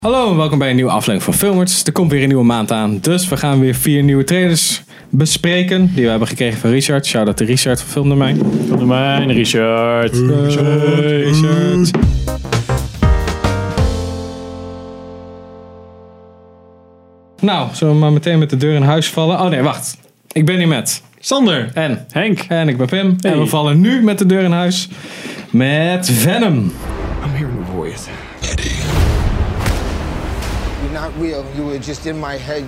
Hallo en welkom bij een nieuwe aflevering van Filmers. Er komt weer een nieuwe maand aan, dus we gaan weer 4 nieuwe trailers bespreken die we hebben gekregen van Richard. Shout-out to Richard van Filmdomein. Filmdomein, Richard. Richard. Nou, zullen we maar meteen met de deur in huis vallen? Oh nee, wacht. Ik ben hier met Sander. en Henk. En ik ben Pim. Hey. En we vallen nu met de deur in huis met Venom. I'm hearing a voice. You're not real. You were just in my head.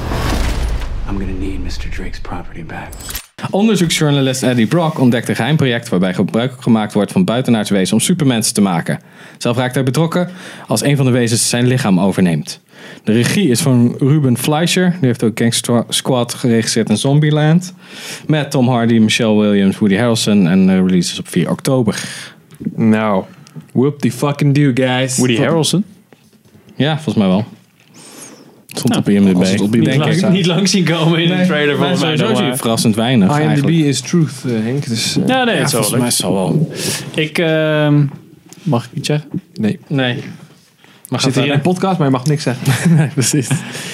I'm gonna need Mr. Drake's property back. Onderzoeksjournalist Eddie Brock ontdekt een geheim project waarbij gebruik gemaakt wordt van buitenaards wezens om supermensen te maken. Zelf raakt hij betrokken als een van de wezens zijn lichaam overneemt. De regie is van Ruben Fleischer. Die heeft ook Gangster Squad geregisseerd in Zombieland. Met Tom Hardy, Michelle Williams, Woody Harrelson. En de release is op 4 oktober. Nou, whoop die fucking do, guys. Woody Harrelson. Ja, volgens mij wel. Stond op IMDb. Niet lang zien komen in een trailer volgens mij. Sowieso zie je verrassend weinig IMDb eigenlijk. is truth, Henk. Dus, Ja, nee, het is Volgens mij is het wel. Ik, mag ik iets zeggen? nee. Nee. We zitten hier in een podcast, maar je mag niks zeggen. Nee, precies.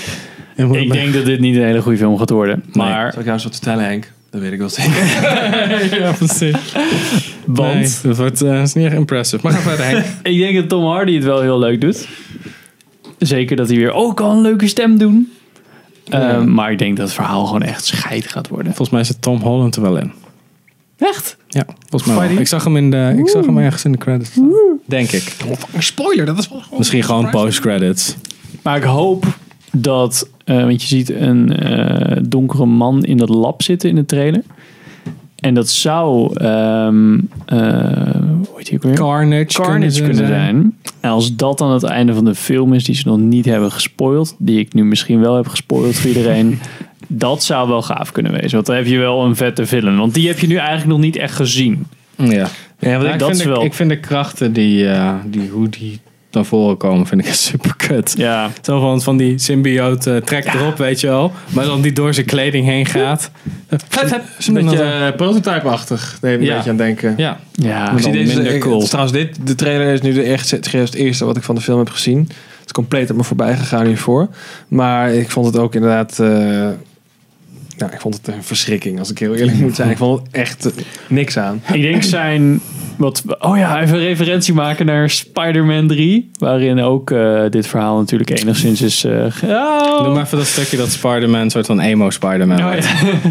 Ik denk dat dit niet een hele goede film gaat worden. Maar, Zal ik jou eens wat vertellen, Henk? Dat weet ik wel zeker. Ja, precies. want Nee, dat wordt is niet echt impressive. Maar ga verder, Henk. ik denk dat Tom Hardy het wel heel leuk doet. Zeker dat hij weer ook al een leuke stem doen. Maar ik denk dat het verhaal gewoon echt scheid gaat worden. Volgens mij zit Tom Holland er wel in. Echt? Ja, volgens mij wel. Ik zag hem ergens in de credits staan. Denk ik. Spoiler, dat is wel gewoon... Misschien gewoon post-credits. Maar ik hoop dat, want je ziet een donkere man in dat lab zitten in de trailer. En dat zou, hoe heet die ook weer? Carnage kunnen zijn. En als dat dan het einde van de film is, die ze nog niet hebben gespoild, die ik nu misschien wel heb gespoild voor iedereen, dat zou wel gaaf kunnen wezen. Want dan heb je wel een vette villain. Want die heb je nu eigenlijk nog niet echt gezien. Ja. Ik vind de krachten hoe die naar voren komen, vind ik super kut. Ja. Zo van die symbiote trekt erop, weet je wel. Maar dan die door zijn kleding heen gaat. Het is een beetje prototype-achtig. Daar heb je een beetje aan denken. Ja. Ja. Ik zie deze, minder cool. Trouwens, de trailer is nu het eerste wat ik van de film heb gezien. Het is compleet op me voorbij gegaan hiervoor. Maar ik vond het ook inderdaad... ik vond het een verschrikking, als ik heel eerlijk moet zijn. Ik vond het echt niks aan. Ik denk even een referentie maken naar Spider-Man 3. Waarin ook dit verhaal natuurlijk enigszins is... Doe maar even dat stukje dat Spider-Man, een soort van emo Spider-Man wordt.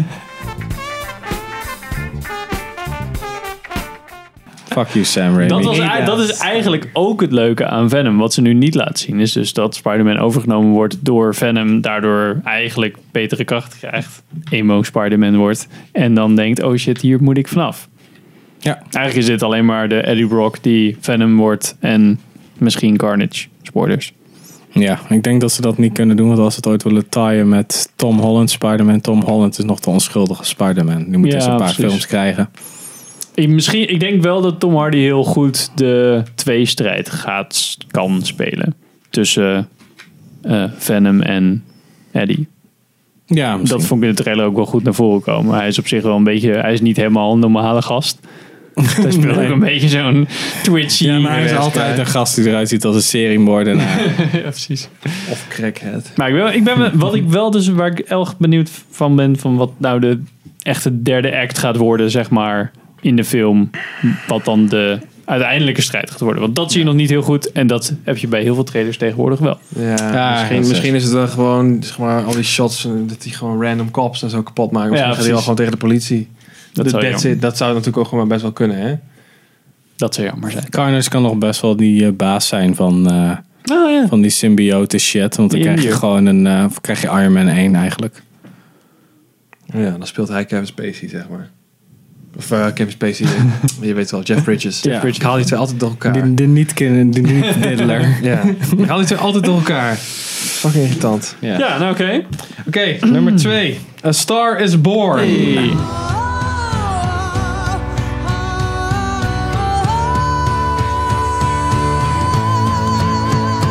Fuck you, Sam Raimi. Dat is eigenlijk ook het leuke aan Venom. Wat ze nu niet laten zien is dus dat Spider-Man overgenomen wordt door Venom. Daardoor eigenlijk betere krachten krijgt. Emo Spider-Man wordt. En dan denkt, oh shit, hier moet ik vanaf. Ja. Eigenlijk is dit alleen maar de Eddie Brock die Venom wordt. En misschien Carnage. Spoilers. Ja, ik denk dat ze dat niet kunnen doen. Want als ze het ooit willen taaien met Tom Holland Spider-Man. Tom Holland is nog de onschuldige Spider-Man. Nu moet hij een paar precies. films krijgen. Ik denk wel dat Tom Hardy heel goed de tweestrijd kan spelen. Tussen Venom en Eddie. Ja, misschien. Dat vond ik in de trailer ook wel goed naar voren komen. Hij is op zich wel een beetje... Hij is niet helemaal een normale gast. Hij speelt ook een beetje zo'n twitchy... Ja, maar hij is altijd een gast die eruit ziet als een seriemoordenaar. Ja, precies. Of crackhead. Maar waar ik erg benieuwd van ben... van wat nou de echte derde act gaat worden, zeg maar... in de film, wat dan de uiteindelijke strijd gaat worden. Want dat zie je nog niet heel goed. En dat heb je bij heel veel trailers tegenwoordig wel. Misschien is het wel gewoon, zeg maar, al die shots, dat die gewoon random cops en zo kapot maken. Misschien gaat hij wel gewoon tegen de politie. Dat zou natuurlijk ook gewoon best wel kunnen, hè? Dat zou jammer zijn. Carnage kan nog best wel die baas zijn van die symbiote shit. Want dan krijg je gewoon krijg je Iron Man 1 eigenlijk. Ja, dan speelt hij Kevin Spacey, zeg maar. Of Kevin Spacey, je weet wel, Jeff Bridges. Ik haal die twee altijd door elkaar. De niet-diddler. Ja, ik haal die twee altijd door elkaar. Fucking irritant. Ja, nou oké. Oké, nummer 2. A Star is Born. Hey.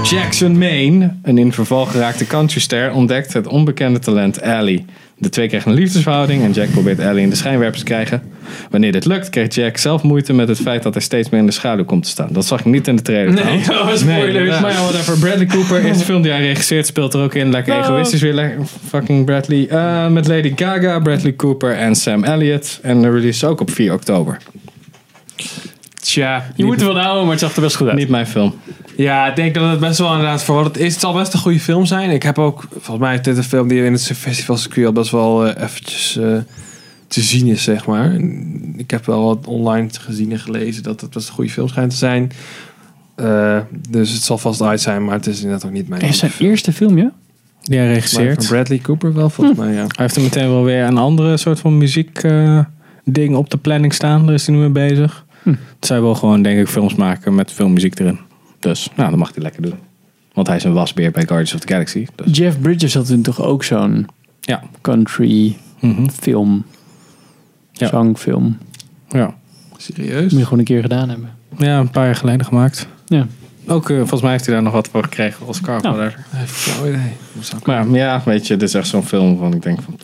Jackson Maine, een in verval geraakte countryster, ontdekt het onbekende talent Allie. De twee krijgen een liefdesverhouding en Jack probeert Allie in de schijnwerpers te krijgen. Wanneer dit lukt, kreeg Jack zelf moeite met het feit dat hij steeds meer in de schaduw komt te staan. Dat zag ik niet in de trailer. Nee, dat was spoilers. Maar ja, whatever. Bradley Cooper, eerste film die hij regisseert, speelt er ook in. Lekker egoïstisch weer. Fucking Bradley. Met Lady Gaga, Bradley Cooper en Sam Elliott. En de release ook op 4 oktober. Tja, Je moet ervan houden, maar het zag er best goed uit. Niet mijn film. ja, ik denk dat het best wel inderdaad voor wat het is. Het zal best een goede film zijn. Ik heb ook, volgens mij, dit een film die in het festivalcircuit al best wel eventjes te zien is, zeg maar. En ik heb wel wat online gezien en gelezen dat het best een goede film schijnt te zijn. Dus het zal vast uit zijn, maar het is inderdaad ook niet mijn Is zijn eerste film, ja? Die hij Maar regisseert. van Bradley Cooper wel, volgens mij, ja. Hij heeft er meteen wel weer een andere soort van muziek ding op de planning staan. Daar is hij nu mee bezig. Zij wil gewoon, denk ik, films maken met veel muziek erin. Dus, nou, dat mag hij lekker doen. Want hij is een wasbeer bij Guardians of the Galaxy. Dus. Jeff Bridges had toen toch ook zo'n Ja. country film. Ja. Zangfilm. Ja. Serieus? Moet je gewoon een keer gedaan hebben. Ja, een paar jaar geleden gemaakt. Ja. Ook, volgens mij heeft hij daar nog wat voor gekregen. Oscar of Ja. whatever. Flauw idee. Hoe zou ik- Maar ja, weet je, dit is echt zo'n film van, ik denk van...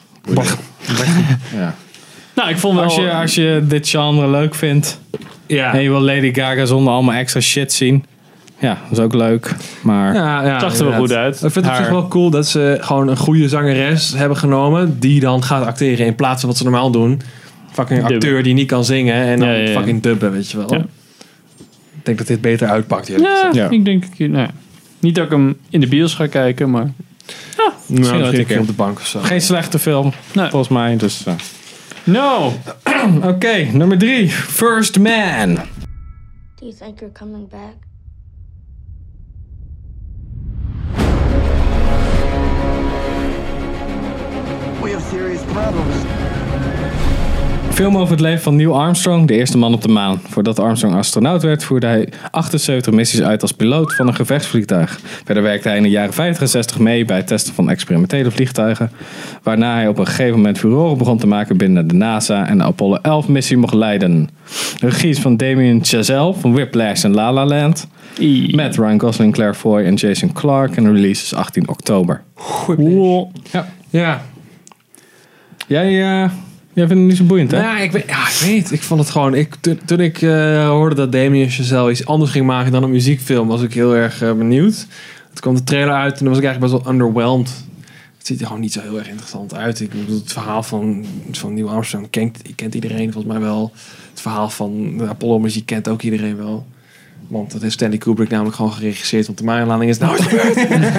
Ja. Nou, ik vond wel... Als je dit genre leuk vindt Ja. en je wil Lady Gaga zonder allemaal extra shit zien, ja, dat is ook leuk. Maar Ja, Het zag er wel inderdaad. goed uit. Ik vind het op zich Haar- wel cool dat ze gewoon een goede zangeres hebben genomen die dan gaat acteren in plaats van wat ze normaal doen. Fucking Dubben. acteur die niet kan zingen en dan Ja, ja, ja. fucking dubben, weet je wel. Ja. Ik denk dat dit beter uitpakt. eerlijk Ja, gezegd. Ja. ik denk... Nou, ja. Niet dat ik hem in de bios ga kijken, maar... Nou, misschien een een keer keer. op de bank of zo. geen slechte film, Nee. volgens mij. Dus, No! Oké, nummer 3. First Man. Do you think you're coming back? We have serious problems. Film over het leven van Neil Armstrong, de eerste man op de maan. Voordat Armstrong astronaut werd, voerde hij 78 missies uit als piloot van een gevechtsvliegtuig. Verder werkte hij in de jaren 50 en 60 mee bij het testen van experimentele vliegtuigen. Waarna hij op een gegeven moment furoren begon te maken binnen de NASA en de Apollo 11 missie mocht leiden. De regie is van Damien Chazelle van Whiplash en La La Land. Met Ryan Gosling, Claire Foy en Jason Clarke. En de release is 18 oktober. Wow. Ja. Jij vindt het niet zo boeiend, hè? Ja, ik weet. Ik vond het gewoon... Toen ik hoorde dat Damien Chazelle iets anders ging maken dan een muziekfilm, was ik heel erg benieuwd. Toen kwam de trailer uit en dan was ik eigenlijk best wel underwhelmed. Het ziet er gewoon niet zo heel erg interessant uit. Ik bedoel, het verhaal van Neil Armstrong kent iedereen volgens mij wel. Het verhaal van de Apollo-muziek kent ook iedereen wel. Want dat heeft Stanley Kubrick namelijk gewoon geregisseerd. Want de maanlanding is nooit gebeurd.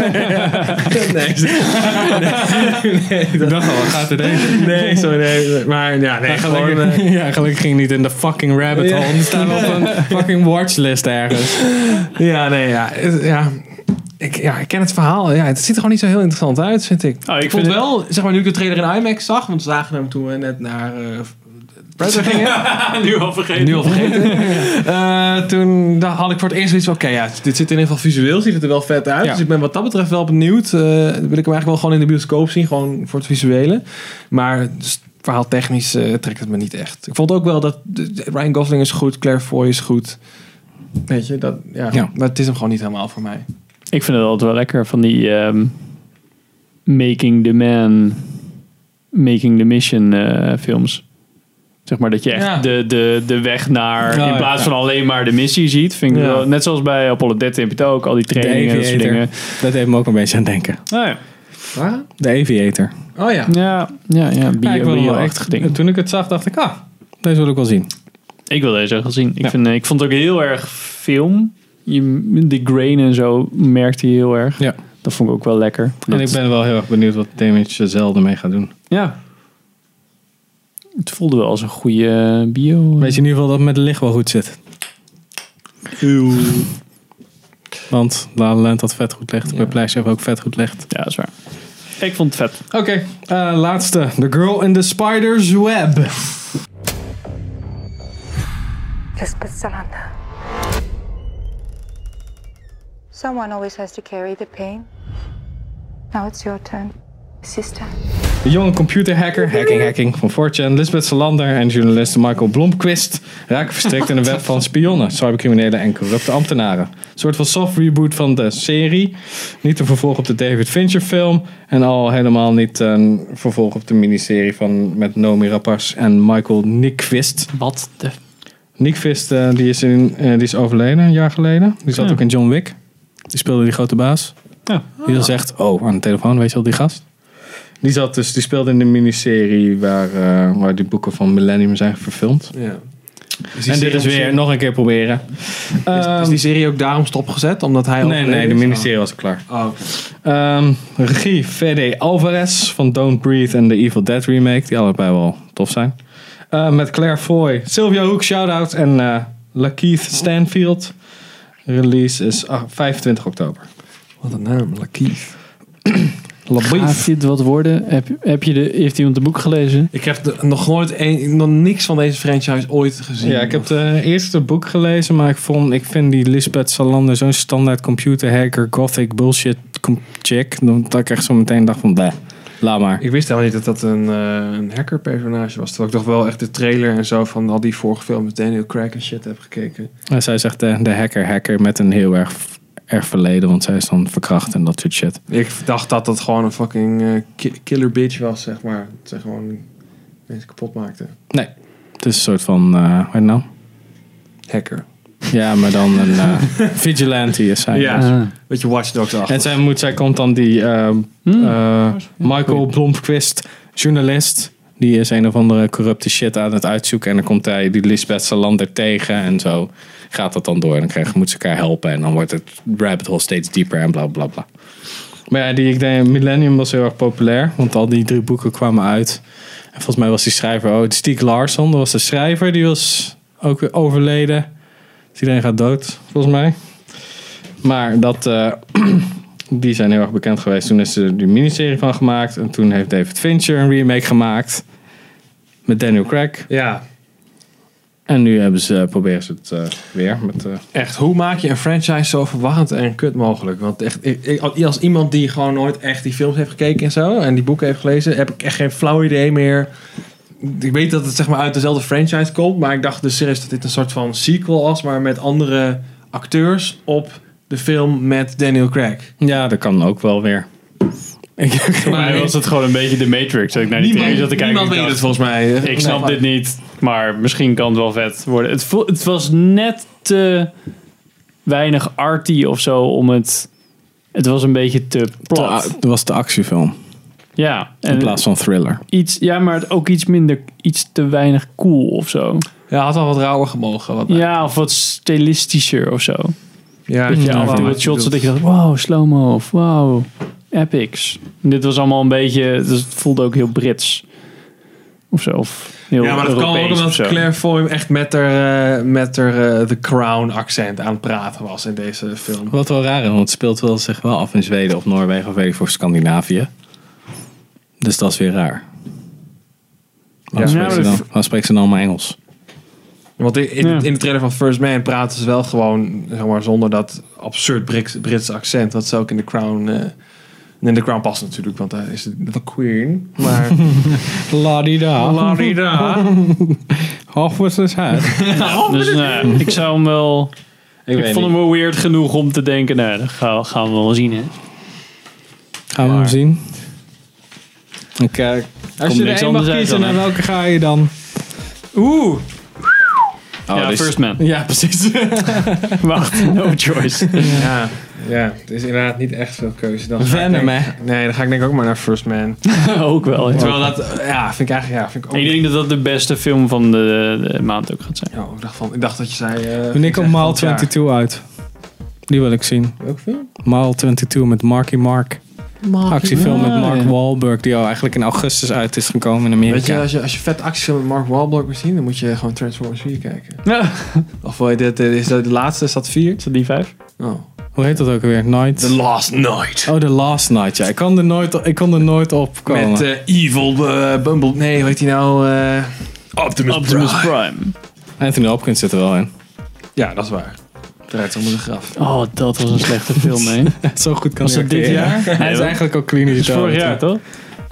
Ik dacht al, wat gaat er deze? Nee, sorry. Nee. Maar ja, nee. Gewoon, Ja, gelukkig ging niet in de fucking rabbit hole. Die staan op een fucking watchlist ergens. ja, nee, ja. Ik ken het verhaal. Ja, het ziet er gewoon niet zo heel interessant uit, vind ik. Oh, Ik vond wel, zeg maar, nu ik de trailer in IMAX zag, want we zagen hem toen we net naar Predator gingen. Nu al vergeten. Nu al vergeten. Toen had ik voor het eerst zoiets van, oké, ja, dit zit in ieder geval visueel, ziet het er wel vet uit. Ja. Dus ik ben wat dat betreft wel benieuwd. Wil ik hem eigenlijk wel gewoon in de bioscoop zien, gewoon voor het visuele. Maar dus, verhaal technisch trekt het me niet echt. Ik vond ook wel dat Ryan Gosling is goed, Claire Foy is goed. Weet je, dat, ja. Maar het is hem gewoon niet helemaal voor mij. Ik vind het altijd wel lekker van die Making the Man, Making the Mission films. Zeg maar dat je echt de weg naar, in plaats van alleen maar de missie ziet. Vind ik wel, net zoals bij Apollo 13 heb je het ook, al die trainingen en dat soort dingen. Dat heeft me ook een beetje aan het denken. Oh ja. Waar? De Aviator. Oh ja. Ja, Ik wil hem wel bio-achtig ding. Toen ik het zag, dacht ik, deze wil ik wel zien. Ik wil deze echt zien. Ik vond het ook heel erg film. De grain en zo merkte je heel erg. Ja. Dat vond ik ook wel lekker. En ik ben wel heel erg benieuwd wat Damien Chazelle ermee gaat doen. Ja. Het voelde wel als een goede bio. Weet je in ieder geval dat het met de licht wel goed zit. Want La La Land had vet goed licht. Whiplash heeft ook vet goed licht. Ja, dat is waar. Ik vond het vet. Oké, laatste. The Girl in the Spider's Web. Someone always has to carry the pain. Now it's your turn, sister. Een jonge computerhacker, hacking van 4chan, Lisbeth Salander en journalist Michael Blomqvist raken verstrikt in een web van spionnen, cybercriminelen en corrupte ambtenaren. Een soort van soft reboot van de serie. Niet een vervolg op de David Fincher film en al helemaal niet een vervolg op de miniserie met Noomi Rapace en Michael Nyqvist. Wat de... Nyqvist die is overleden een jaar geleden. Die zat ook in John Wick. Die speelde die grote baas. Ja. Die dan zegt, aan de telefoon, weet je wel, die gast. Die speelde in de miniserie waar die boeken van Millennium zijn verfilmd. Ja. En dit is weer nog een keer proberen. Is die serie ook daarom stopgezet? Omdat hij Nee, de miniserie was klaar. Regie Fede Alvarez van Don't Breathe en The Evil Dead remake. Die allebei wel tof zijn. Met Claire Foy, Sylvia Hoek, shout-out en Lakeith Stanfield. Release is 25 oktober. Wat een naam, Lakeith. Gaat dit wat worden? Heeft iemand het boek gelezen? Ik heb nog niks van deze franchise ooit gezien. Ja, ik heb het eerste boek gelezen, maar ik vind die Lisbeth Salander zo'n standaard computerhacker, gothic bullshit chick, dat ik echt zo meteen dacht van, bleh, laat maar. Ik wist helemaal niet dat een hacker-personage was. Terwijl ik toch wel echt de trailer en zo van al die vorige films met Daniel Craig en shit heb gekeken. En zij zegt de hacker met een heel erg verleden, want zij is dan verkracht en dat soort shit. Ik dacht dat dat gewoon een fucking killer bitch was, zeg maar. Dat ze gewoon mensen kapot maakte. Nee, het is een soort van, wat nou? Hacker. Ja, maar dan een vigilante is zij. Ja, beetje Watch Dogs achter. En zij komt dan die Michael Blomqvist, journalist. Die is een of andere corrupte shit aan het uitzoeken. En dan komt hij die Lisbeth Salander tegen en zo gaat dat dan door. En dan moet ze elkaar helpen. En dan wordt het rabbit hole steeds dieper en bla bla bla. Maar ja, ik denk Millennium was heel erg populair. Want al die 3 boeken kwamen uit. En volgens mij was die schrijver Stieg Larsson. Dat was de schrijver. Die was ook weer overleden. Dus iedereen gaat dood, volgens mij. Maar die zijn heel erg bekend geweest. Toen is er die miniserie van gemaakt. En toen heeft David Fincher een remake gemaakt. Met Daniel Craig. Ja. En nu proberen ze het weer. Echt, hoe maak je een franchise zo verwarrend en kut mogelijk? Want echt, als iemand die gewoon nooit echt die films heeft gekeken en zo. En die boeken heeft gelezen. Heb ik echt geen flauw idee meer. Ik weet dat het zeg maar uit dezelfde franchise komt. Maar ik dacht dus serieus dat dit een soort van sequel was. Maar met andere acteurs op de film met Daniel Craig. Ja, dat kan ook wel weer. Maar was het gewoon een beetje de Matrix. Dat ik naar die niemand weet het volgens mij. Ik snap dit niet, maar misschien kan het wel vet worden. Het was net te weinig arty of zo om het... Het was een beetje te plat. Het was de actiefilm. Ja. In plaats van thriller. Maar ook iets te weinig cool of zo. Ja, had al wat rauwer gemogen. Of wat stilistischer of zo. Ja, dat je af en toe wat shots dat je dacht, wow, slow-mo of wow, epics. En dit was allemaal een beetje, dus het voelde ook heel Brits. Of zo. Of heel maar dat Europees kan ook omdat Claire Foy echt met haar The Crown accent aan het praten was in deze film. Wat wel raar is, want het speelt wel zich wel af in Zweden of Noorwegen of weet ik voor Scandinavië. Dus dat is weer raar. Waarom spreekt ze dan allemaal Engels? Want in de trailer van First Man praten ze wel gewoon, zeg maar, zonder dat absurd Britse accent. Dat ze ook in The Crown... in The Crown past natuurlijk, want daar is de queen. Maar... La-di-da. La-di-da. Half was his head. Dus ik zou hem wel... Ik vond hem wel weird genoeg om te denken, dat gaan we wel zien, hè. Gaan we hem zien? Als je er één mag kiezen, naar welke ga je dan? First Man. Ja, precies. Wacht, no choice. Ja, het is inderdaad niet echt veel keuze. Venom, hè? Nee, dan ga ik denk ik ook maar naar First Man. Ook wel. Ja. Terwijl dat, vind ik eigenlijk... vind ik ook ik denk dat dat de beste film van de maand ook gaat zijn. Ja, ik dacht dat je zei... Wanneer komt Mile 22 uit? Die wil ik zien. Welke film? Mile 22 met Marky Mark. Actiefilm met Mark Wahlberg, die al eigenlijk in augustus uit is gekomen in Amerika. Weet je, als je vet actiefilm met Mark Wahlberg wil zien, dan moet je gewoon Transformers 4 kijken. Ja. Of is dat de laatste, is dat 4? Is dat die 5? Oh. Hoe heet dat ook weer? Night? The Last Night. Oh, The Last Night, ja. Ik kon er nooit op komen. Met Evil Bumble... Nee, hoe heet die nou? Optimus Prime. Anthony Hopkins zit er wel in. Ja, dat is waar. Draait onder de graf. Oh, dat was een slechte film, hè? Zo goed kan was hij dat dit jaar? Hij is eigenlijk ook klinisch. Dat is vorig jaar, toch?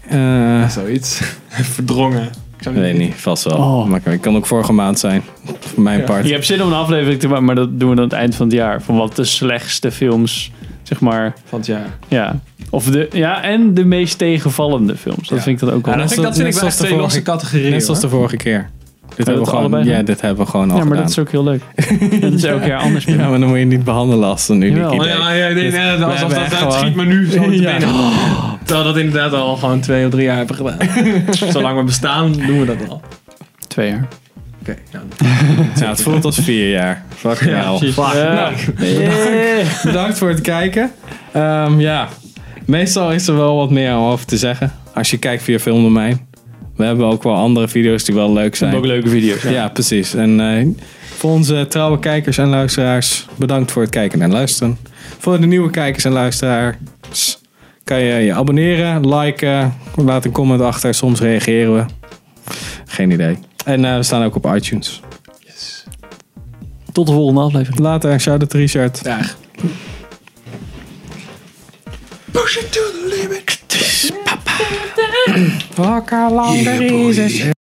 Zoiets. Verdrongen. Ik zou Ik weet niet, vast wel. Oh. Maar het kan ook vorige maand zijn. Voor mijn part. Ik heb zin om een aflevering te maken, maar dat doen we dan aan het eind van het jaar. Van wat de slechtste films, zeg maar. van het jaar. Ja. En de meest tegenvallende films. Dat Ja. vind ik dan ook wel. Ja, dat vind ik wel net echt twee losse categorieën. Net zoals de vorige keer. Dit hebben we het gewoon, allebei dit hebben we gewoon al Ja, maar gedaan. dat is ook heel leuk. Dat is elk jaar anders. Ja, maar dan moet je niet behandelen als een uniek Jawel. idee. Alsof hebben echt dat gewoon- schiet me nu zo te Ja. binnen. Terwijl dat inderdaad al gewoon 2 of 3 jaar hebben gedaan. Zolang we bestaan, doen we dat al. 2 jaar. Oké, nou. Ja, het voelt als 4 jaar. Fucking hell. Bedankt voor het kijken. Meestal is er wel wat meer over te zeggen. Als je kijkt via Filmdomein. We hebben ook wel andere video's die wel leuk zijn. Ook leuke video's. Ja, precies. En voor onze trouwe kijkers en luisteraars, bedankt voor het kijken en luisteren. Voor de nieuwe kijkers en luisteraars kan je je abonneren, liken, laat een comment achter. Soms reageren we. Geen idee. En we staan ook op iTunes. Tot de volgende aflevering. Later, shout-out Richard. Dag. Fuck how long the reasons.